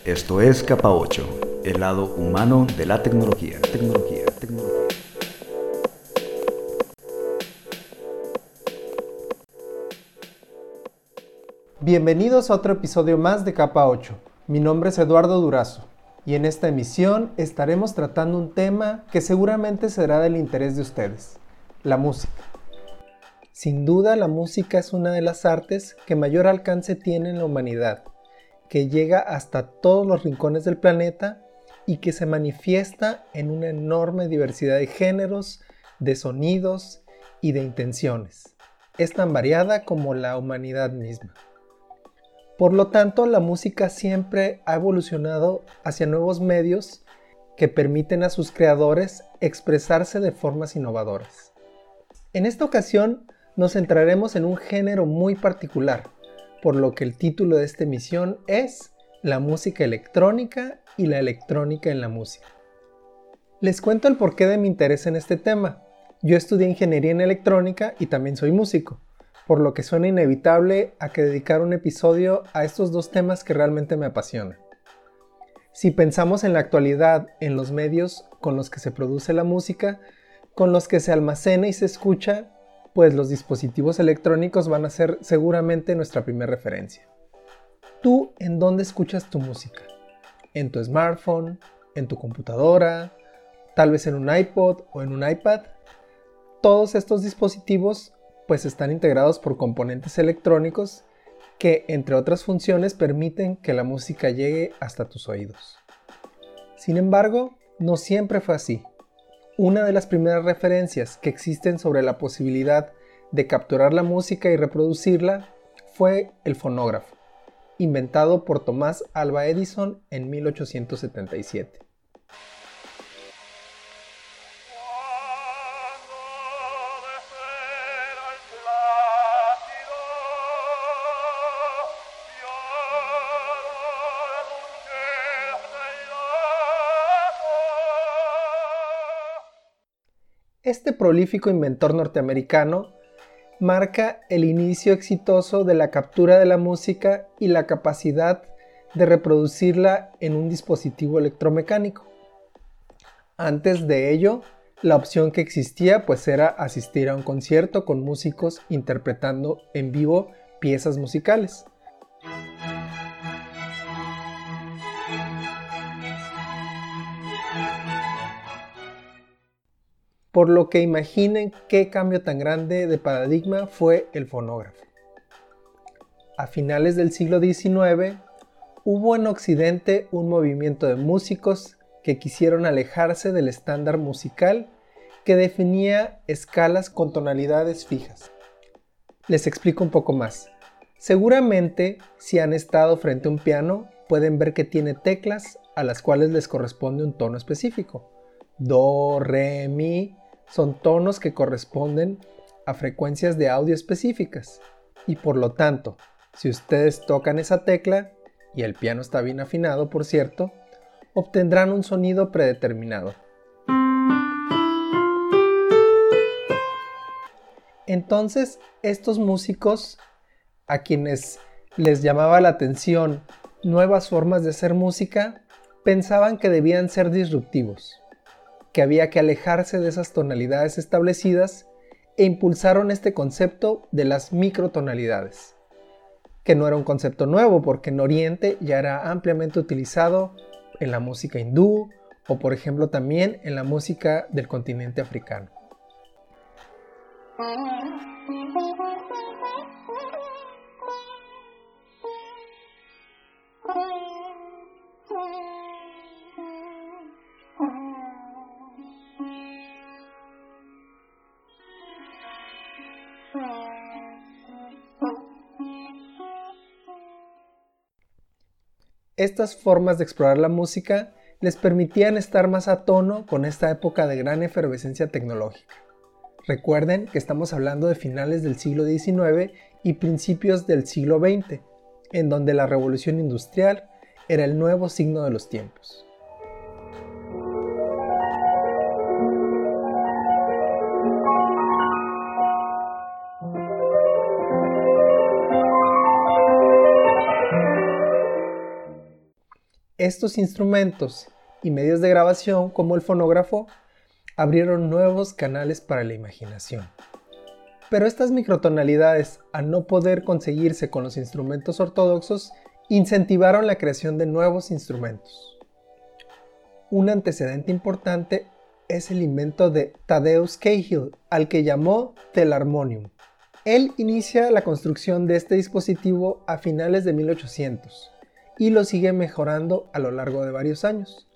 Esto es Capa 8, el lado humano de la tecnología. Bienvenidos a otro episodio más de Capa 8. Mi nombre es Eduardo Durazo y en esta emisión estaremos tratando un tema que seguramente será del interés de ustedes, la música. Sin duda, la música es una de las artes que mayor alcance tiene en la humanidad, que llega hasta todos los rincones del planeta y que se manifiesta en una enorme diversidad de géneros, de sonidos y de intenciones. Es tan variada como la humanidad misma. Por lo tanto, la música siempre ha evolucionado hacia nuevos medios que permiten a sus creadores expresarse de formas innovadoras. En esta ocasión nos centraremos en un género muy particular, por lo que el título de esta emisión es La música electrónica y la electrónica en la música. Les cuento el porqué de mi interés en este tema. Yo estudié ingeniería en electrónica y también soy músico, por lo que suena inevitable a que dedicar un episodio a estos dos temas que realmente me apasionan. Si pensamos en la actualidad en los medios con los que se produce la música, con los que se almacena y se escucha, pues los dispositivos electrónicos van a ser seguramente nuestra primera referencia. ¿Tú en dónde escuchas tu música? ¿En tu smartphone? ¿En tu computadora? ¿Tal vez en un iPod o en un iPad? Todos estos dispositivos pues están integrados por componentes electrónicos que, entre otras funciones, permiten que la música llegue hasta tus oídos. Sin embargo, no siempre fue así. Una de las primeras referencias que existen sobre la posibilidad de capturar la música y reproducirla fue el fonógrafo, inventado por Thomas Alva Edison en 1877. Este prolífico inventor norteamericano marca el inicio exitoso de la captura de la música y la capacidad de reproducirla en un dispositivo electromecánico. Antes de ello, la opción que existía pues era asistir a un concierto con músicos interpretando en vivo piezas musicales. Por lo que imaginen qué cambio tan grande de paradigma fue el fonógrafo. A finales del siglo XIX, hubo en Occidente un movimiento de músicos que quisieron alejarse del estándar musical que definía escalas con tonalidades fijas. Les explico un poco más. Seguramente, si han estado frente a un piano, pueden ver que tiene teclas a las cuales les corresponde un tono específico. Do, re, mi son tonos que corresponden a frecuencias de audio específicas. Y por lo tanto, si ustedes tocan esa tecla, y el piano está bien afinado, por cierto, obtendrán un sonido predeterminado. Entonces, estos músicos, a quienes les llamaba la atención nuevas formas de hacer música, pensaban que debían ser disruptivos, que había que alejarse de esas tonalidades establecidas e impulsaron este concepto de las microtonalidades, que no era un concepto nuevo porque en Oriente ya era ampliamente utilizado en la música hindú o por ejemplo también en la música del continente africano. Estas formas de explorar la música les permitían estar más a tono con esta época de gran efervescencia tecnológica. Recuerden que estamos hablando de finales del siglo XIX y principios del siglo XX, en donde la revolución industrial era el nuevo signo de los tiempos. Estos instrumentos y medios de grabación, como el fonógrafo, abrieron nuevos canales para la imaginación. Pero estas microtonalidades, al no poder conseguirse con los instrumentos ortodoxos, incentivaron la creación de nuevos instrumentos. Un antecedente importante es el invento de Tadeusz Cahill, al que llamó Telharmonium. Él inicia la construcción de este dispositivo a finales de 1800 y lo sigue mejorando a lo largo de varios años.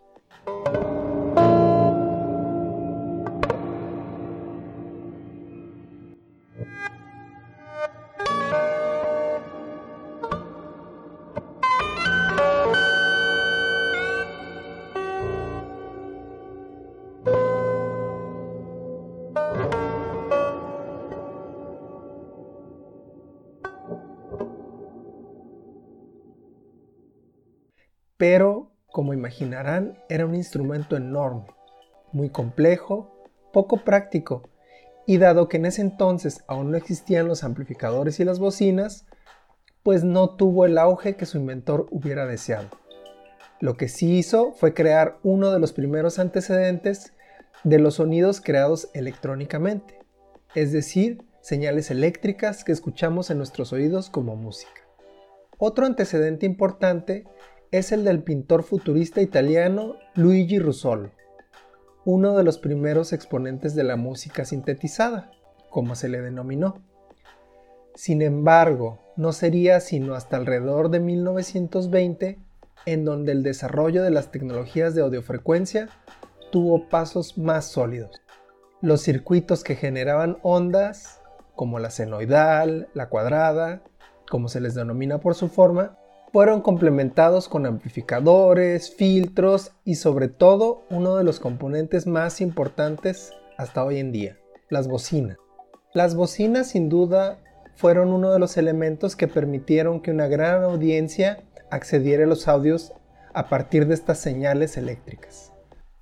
Pero, como imaginarán, era un instrumento enorme, muy complejo, poco práctico, y dado que en ese entonces aún no existían los amplificadores y las bocinas, pues no tuvo el auge que su inventor hubiera deseado. Lo que sí hizo fue crear uno de los primeros antecedentes de los sonidos creados electrónicamente, es decir, señales eléctricas que escuchamos en nuestros oídos como música. Otro antecedente importante es el del pintor futurista italiano Luigi Russolo, uno de los primeros exponentes de la música sintetizada, como se le denominó. Sin embargo, no sería sino hasta alrededor de 1920 en donde el desarrollo de las tecnologías de audiofrecuencia tuvo pasos más sólidos. Los circuitos que generaban ondas, como la senoidal, la cuadrada, como se les denomina por su forma, fueron complementados con amplificadores, filtros y sobre todo uno de los componentes más importantes hasta hoy en día, las bocinas. Las bocinas sin duda fueron uno de los elementos que permitieron que una gran audiencia accediera a los audios a partir de estas señales eléctricas.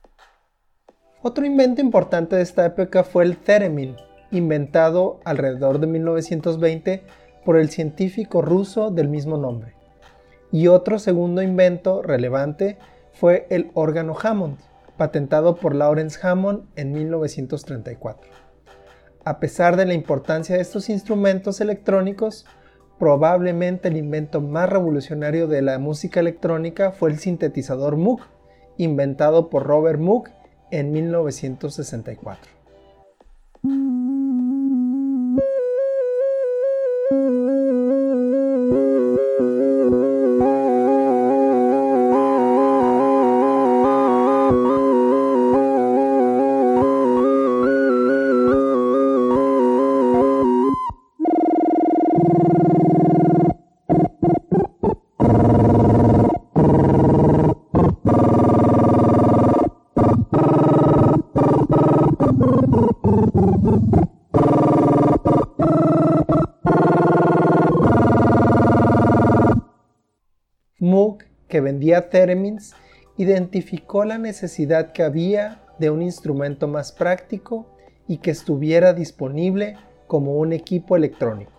Otro invento importante de esta época fue el theremin, inventado alrededor de 1920 por el científico ruso del mismo nombre. Y otro segundo invento relevante fue el órgano Hammond, patentado por Lawrence Hammond en 1934. A pesar de la importancia de estos instrumentos electrónicos, probablemente el invento más revolucionario de la música electrónica fue el sintetizador Moog, inventado por Robert Moog en 1964. Moog, que vendía theremins, identificó la necesidad que había de un instrumento más práctico y que estuviera disponible como un equipo electrónico,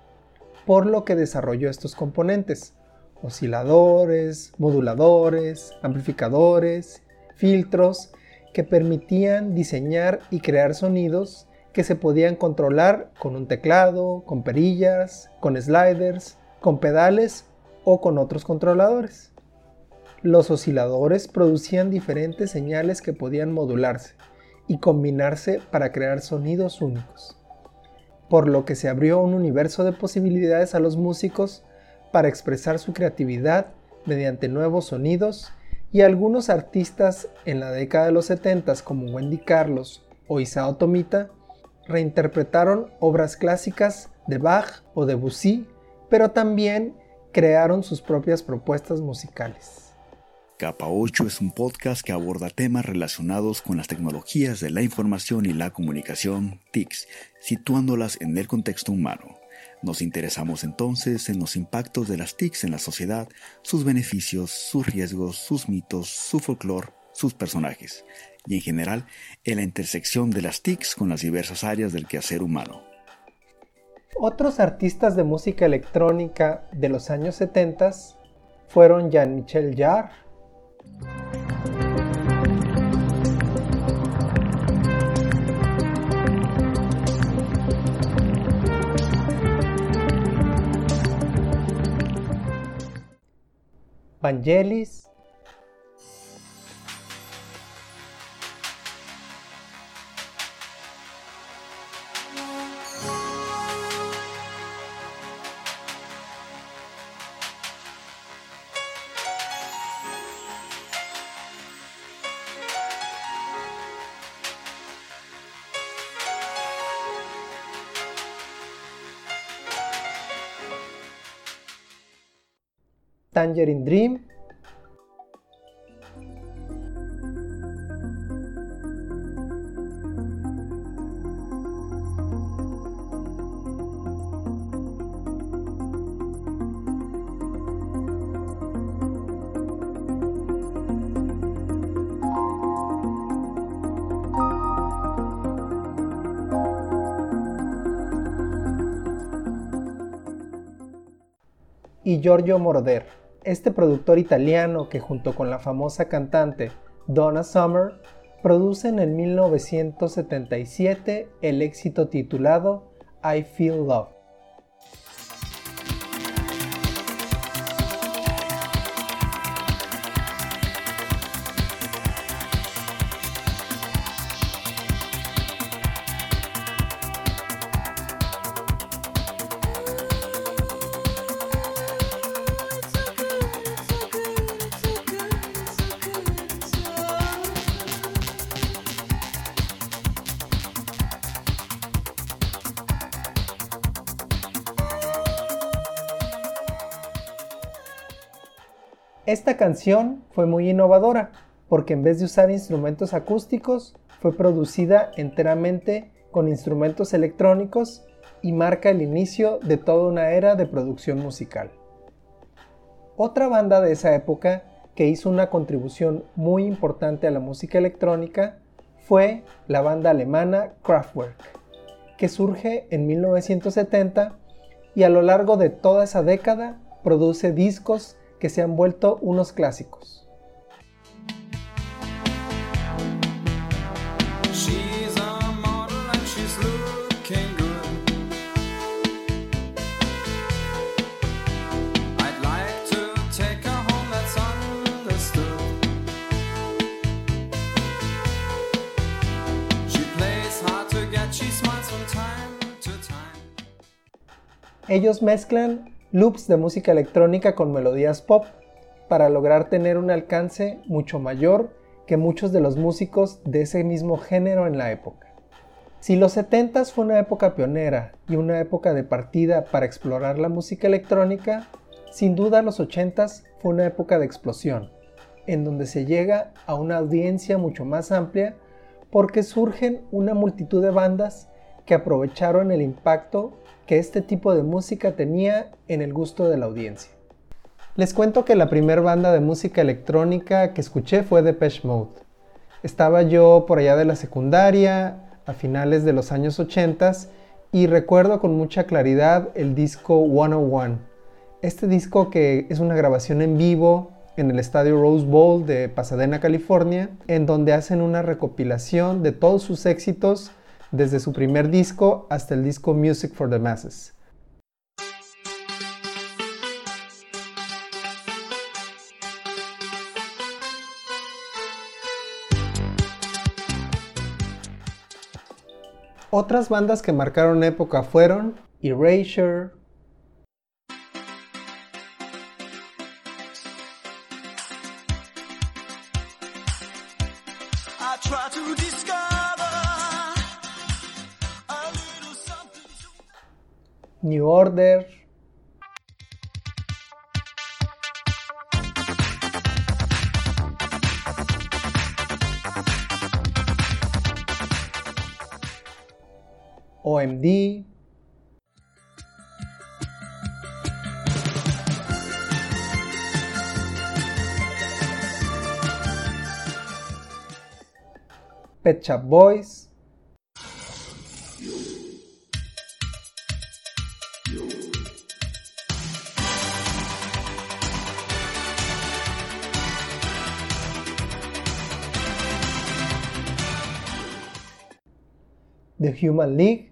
por lo que desarrolló estos componentes: osciladores, moduladores, amplificadores, filtros, que permitían diseñar y crear sonidos que se podían controlar con un teclado, con perillas, con sliders, con pedales o con otros controladores. Los osciladores producían diferentes señales que podían modularse y combinarse para crear sonidos únicos, por lo que se abrió un universo de posibilidades a los músicos para expresar su creatividad mediante nuevos sonidos, y algunos artistas en la década de los 70 como Wendy Carlos o Isao Tomita reinterpretaron obras clásicas de Bach o Debussy, pero también crearon sus propias propuestas musicales. Capa 8 es un podcast que aborda temas relacionados con las tecnologías de la información y la comunicación, TICs, situándolas en el contexto humano. Nos interesamos entonces en los impactos de las TICs en la sociedad, sus beneficios, sus riesgos, sus mitos, su folclore, sus personajes, y en general en la intersección de las TICs con las diversas áreas del quehacer humano. Otros artistas de música electrónica de los años 70 fueron Jean-Michel Jarre, Vangelis, Tangerine Dream, y Giorgio Moroder, este productor italiano que junto con la famosa cantante Donna Summer producen en 1977 el éxito titulado I Feel Love. Esta canción fue muy innovadora porque en vez de usar instrumentos acústicos fue producida enteramente con instrumentos electrónicos y marca el inicio de toda una era de producción musical. Otra banda de esa época que hizo una contribución muy importante a la música electrónica fue la banda alemana Kraftwerk, que surge en 1970 y a lo largo de toda esa década produce discos que se han vuelto unos clásicos. Ellos mezclan loops de música electrónica con melodías pop para lograr tener un alcance mucho mayor que muchos de los músicos de ese mismo género en la época. Si los 70s fue una época pionera y una época de partida para explorar la música electrónica, sin duda los 80s fue una época de explosión, en donde se llega a una audiencia mucho más amplia porque surgen una multitud de bandas que aprovecharon el impacto que este tipo de música tenía en el gusto de la audiencia. Les cuento que la primera banda de música electrónica que escuché fue Depeche Mode. Estaba yo por allá de la secundaria, a finales de los años 80 y recuerdo con mucha claridad el disco 101. Este disco que es una grabación en vivo en el estadio Rose Bowl de Pasadena, California, en donde hacen una recopilación de todos sus éxitos desde su primer disco hasta el disco Music for the Masses. Otras bandas que marcaron época fueron Erasure, New Order, OMD, Pet Shop Boys, The Human League,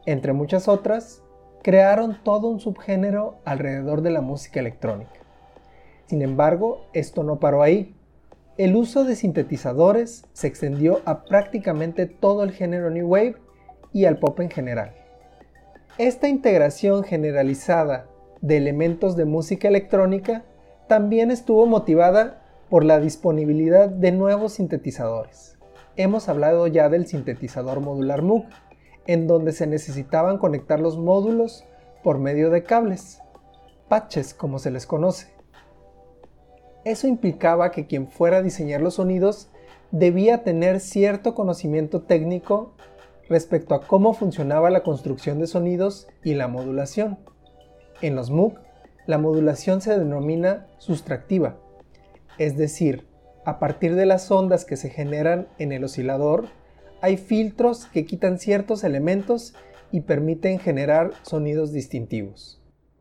entre muchas otras, crearon todo un subgénero alrededor de la música electrónica. Sin embargo, esto no paró ahí. El uso de sintetizadores se extendió a prácticamente todo el género New Wave y al pop en general. Esta integración generalizada de elementos de música electrónica también estuvo motivada por la disponibilidad de nuevos sintetizadores. Hemos hablado ya del sintetizador modular Moog, en donde se necesitaban conectar los módulos por medio de cables, patches como se les conoce. Eso implicaba que quien fuera a diseñar los sonidos debía tener cierto conocimiento técnico respecto a cómo funcionaba la construcción de sonidos y la modulación. En los Moog, la modulación se denomina sustractiva, es decir, a partir de las ondas que se generan en el oscilador, hay filtros que quitan ciertos elementos y permiten generar sonidos distintivos.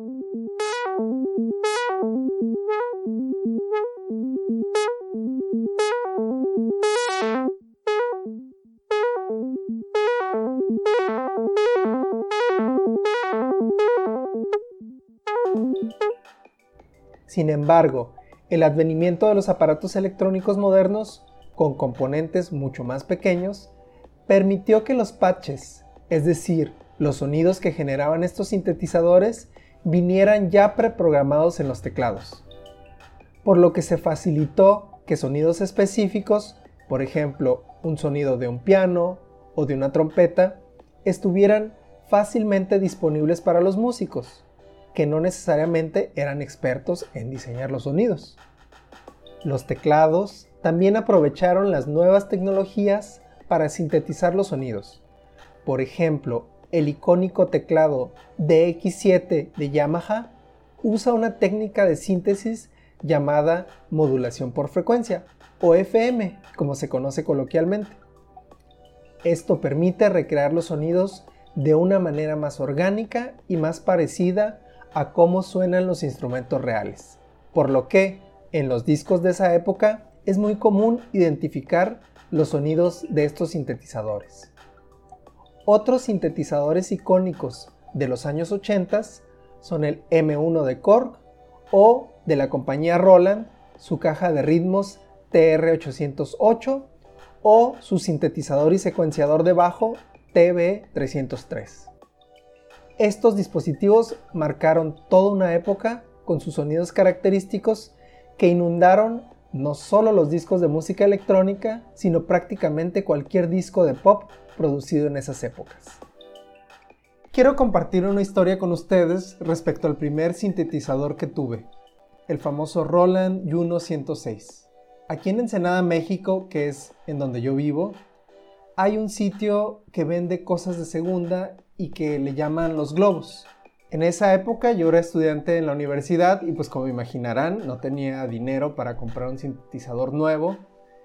Sin embargo, el advenimiento de los aparatos electrónicos modernos, con componentes mucho más pequeños, permitió que los patches, es decir, los sonidos que generaban estos sintetizadores, vinieran ya preprogramados en los teclados, por lo que se facilitó que sonidos específicos, por ejemplo, un sonido de un piano o de una trompeta, estuvieran fácilmente disponibles para los músicos, que no necesariamente eran expertos en diseñar los sonidos. Los teclados también aprovecharon las nuevas tecnologías para sintetizar los sonidos. Por ejemplo, el icónico teclado DX7 de Yamaha usa una técnica de síntesis llamada modulación por frecuencia, o FM, como se conoce coloquialmente. Esto permite recrear los sonidos de una manera más orgánica y más parecida a cómo suenan los instrumentos reales, por lo que en los discos de esa época es muy común identificar los sonidos de estos sintetizadores. Otros sintetizadores icónicos de los años 80 son el M1 de Korg o de la compañía Roland, su caja de ritmos TR-808 o su sintetizador y secuenciador de bajo TB-303. Estos dispositivos marcaron toda una época con sus sonidos característicos que inundaron no solo los discos de música electrónica, sino prácticamente cualquier disco de pop producido en esas épocas. Quiero compartir una historia con ustedes respecto al primer sintetizador que tuve, el famoso Roland Juno 106. Aquí en Ensenada, México, que es en donde yo vivo, hay un sitio que vende cosas de segunda y que le llaman Los Globos. En esa época yo era estudiante en la universidad y pues como imaginarán no tenía dinero para comprar un sintetizador nuevo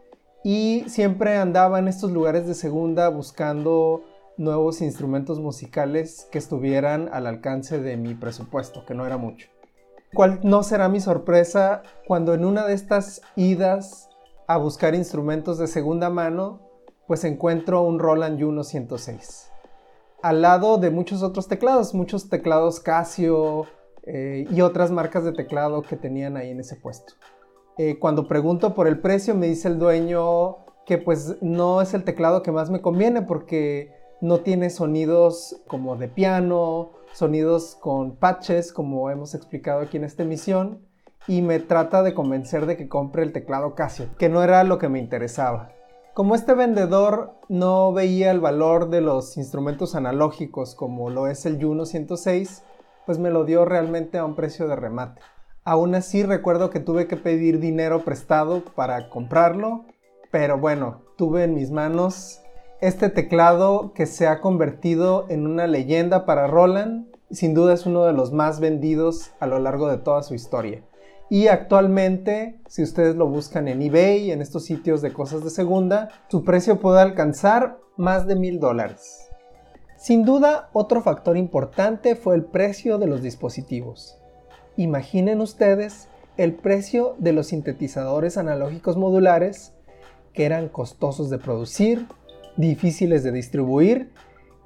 y siempre andaba en estos lugares de segunda buscando nuevos instrumentos musicales que estuvieran al alcance de mi presupuesto, que no era mucho. ¿Cuál no será mi sorpresa cuando en una de estas idas a buscar instrumentos de segunda mano pues encuentro un Roland Juno 106? Al lado de muchos teclados Casio y otras marcas de teclado que tenían ahí en ese puesto. Cuando pregunto por el precio me dice el dueño que pues no es el teclado que más me conviene porque no tiene sonidos como de piano, sonidos con patches como hemos explicado aquí en esta emisión y me trata de convencer de que compre el teclado Casio, que no era lo que me interesaba. Como este vendedor no veía el valor de los instrumentos analógicos como lo es el Juno 106, pues me lo dio realmente a un precio de remate. Aún así recuerdo que tuve que pedir dinero prestado para comprarlo, pero bueno, tuve en mis manos este teclado que se ha convertido en una leyenda para Roland. Sin duda es uno de los más vendidos a lo largo de toda su historia. Y actualmente, si ustedes lo buscan en eBay, en estos sitios de cosas de segunda, su precio puede alcanzar más de $1,000. Sin duda, otro factor importante fue el precio de los dispositivos. Imaginen ustedes el precio de los sintetizadores analógicos modulares, que eran costosos de producir, difíciles de distribuir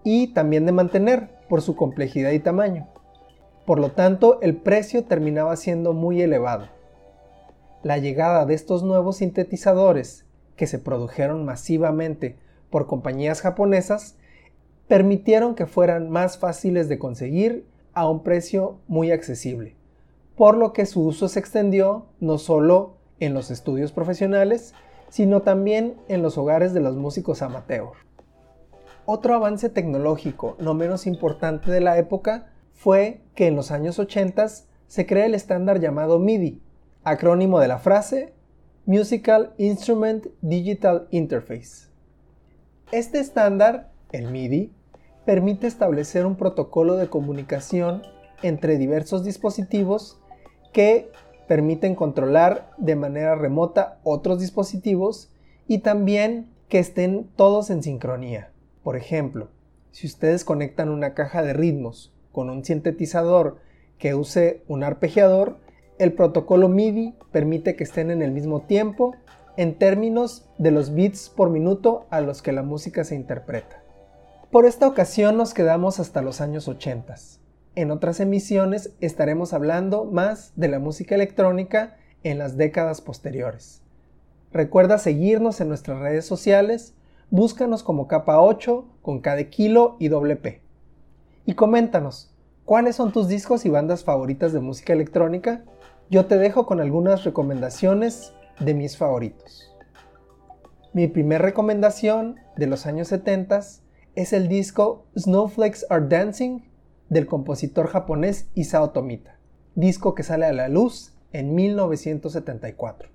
y también de mantener por su complejidad y tamaño. Por lo tanto, el precio terminaba siendo muy elevado. La llegada de estos nuevos sintetizadores, que se produjeron masivamente por compañías japonesas, permitieron que fueran más fáciles de conseguir a un precio muy accesible, por lo que su uso se extendió no solo en los estudios profesionales, sino también en los hogares de los músicos amateur. Otro avance tecnológico no menos importante de la época fue que en los años 80 se crea el estándar llamado MIDI, acrónimo de la frase Musical Instrument Digital Interface. Este estándar, el MIDI, permite establecer un protocolo de comunicación entre diversos dispositivos que permiten controlar de manera remota otros dispositivos y también que estén todos en sincronía. Por ejemplo, si ustedes conectan una caja de ritmos con un sintetizador que use un arpegiador, el protocolo MIDI permite que estén en el mismo tiempo en términos de los bits por minuto a los que la música se interpreta. Por esta ocasión nos quedamos hasta los años 80. En otras emisiones estaremos hablando más de la música electrónica en las décadas posteriores. Recuerda seguirnos en nuestras redes sociales, búscanos como Capa 8 con K de kilo y doble P. Y coméntanos, ¿cuáles son tus discos y bandas favoritas de música electrónica? Yo te dejo con algunas recomendaciones de mis favoritos. Mi primer recomendación de los años 70 es el disco Snowflakes Are Dancing del compositor japonés Isao Tomita, disco que sale a la luz en 1974.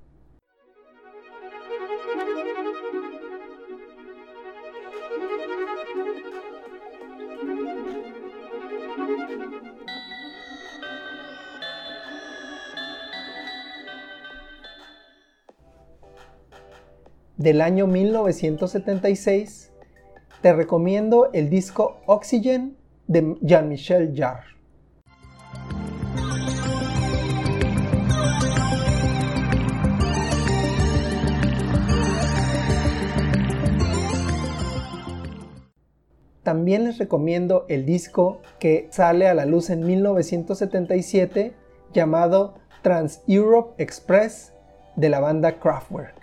Del año 1976, te recomiendo el disco Oxygen de Jean-Michel Jarre. También les recomiendo el disco que sale a la luz en 1977 llamado Trans-Europe Express de la banda Kraftwerk.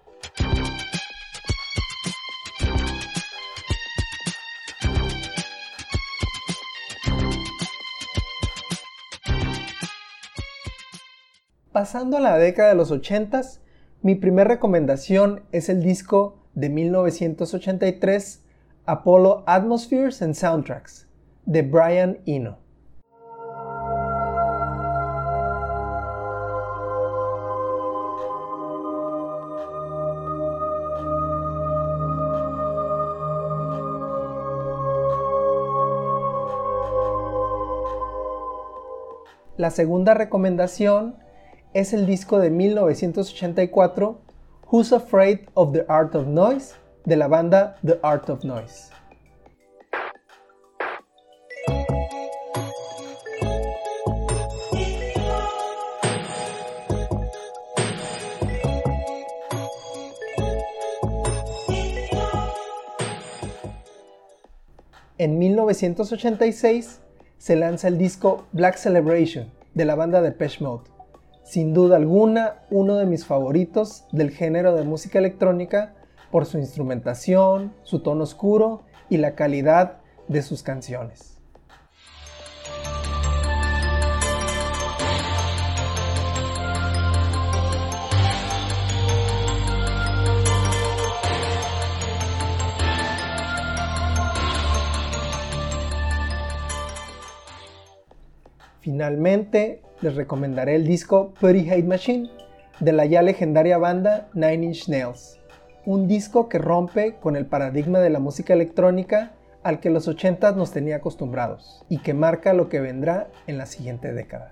Pasando a la década de los 80s, mi primera recomendación es el disco de 1983 Apollo Atmospheres and Soundtracks de Brian Eno. La segunda recomendación es el disco de 1984 Who's Afraid of the Art of Noise de la banda The Art of Noise. En 1986 se lanza el disco Black Celebration de la banda Depeche Mode. Sin duda alguna, uno de mis favoritos del género de música electrónica por su instrumentación, su tono oscuro y la calidad de sus canciones. Finalmente, les recomendaré el disco Putty Hate Machine de la ya legendaria banda Nine Inch Nails, un disco que rompe con el paradigma de la música electrónica al que los 80s nos tenía acostumbrados y que marca lo que vendrá en la siguiente década.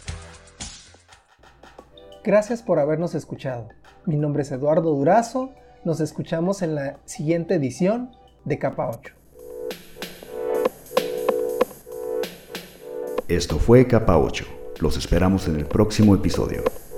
Gracias por habernos escuchado. Mi nombre es Eduardo Durazo. Nos escuchamos en la siguiente edición de Capa 8. Esto fue Capa 8. Los esperamos en el próximo episodio.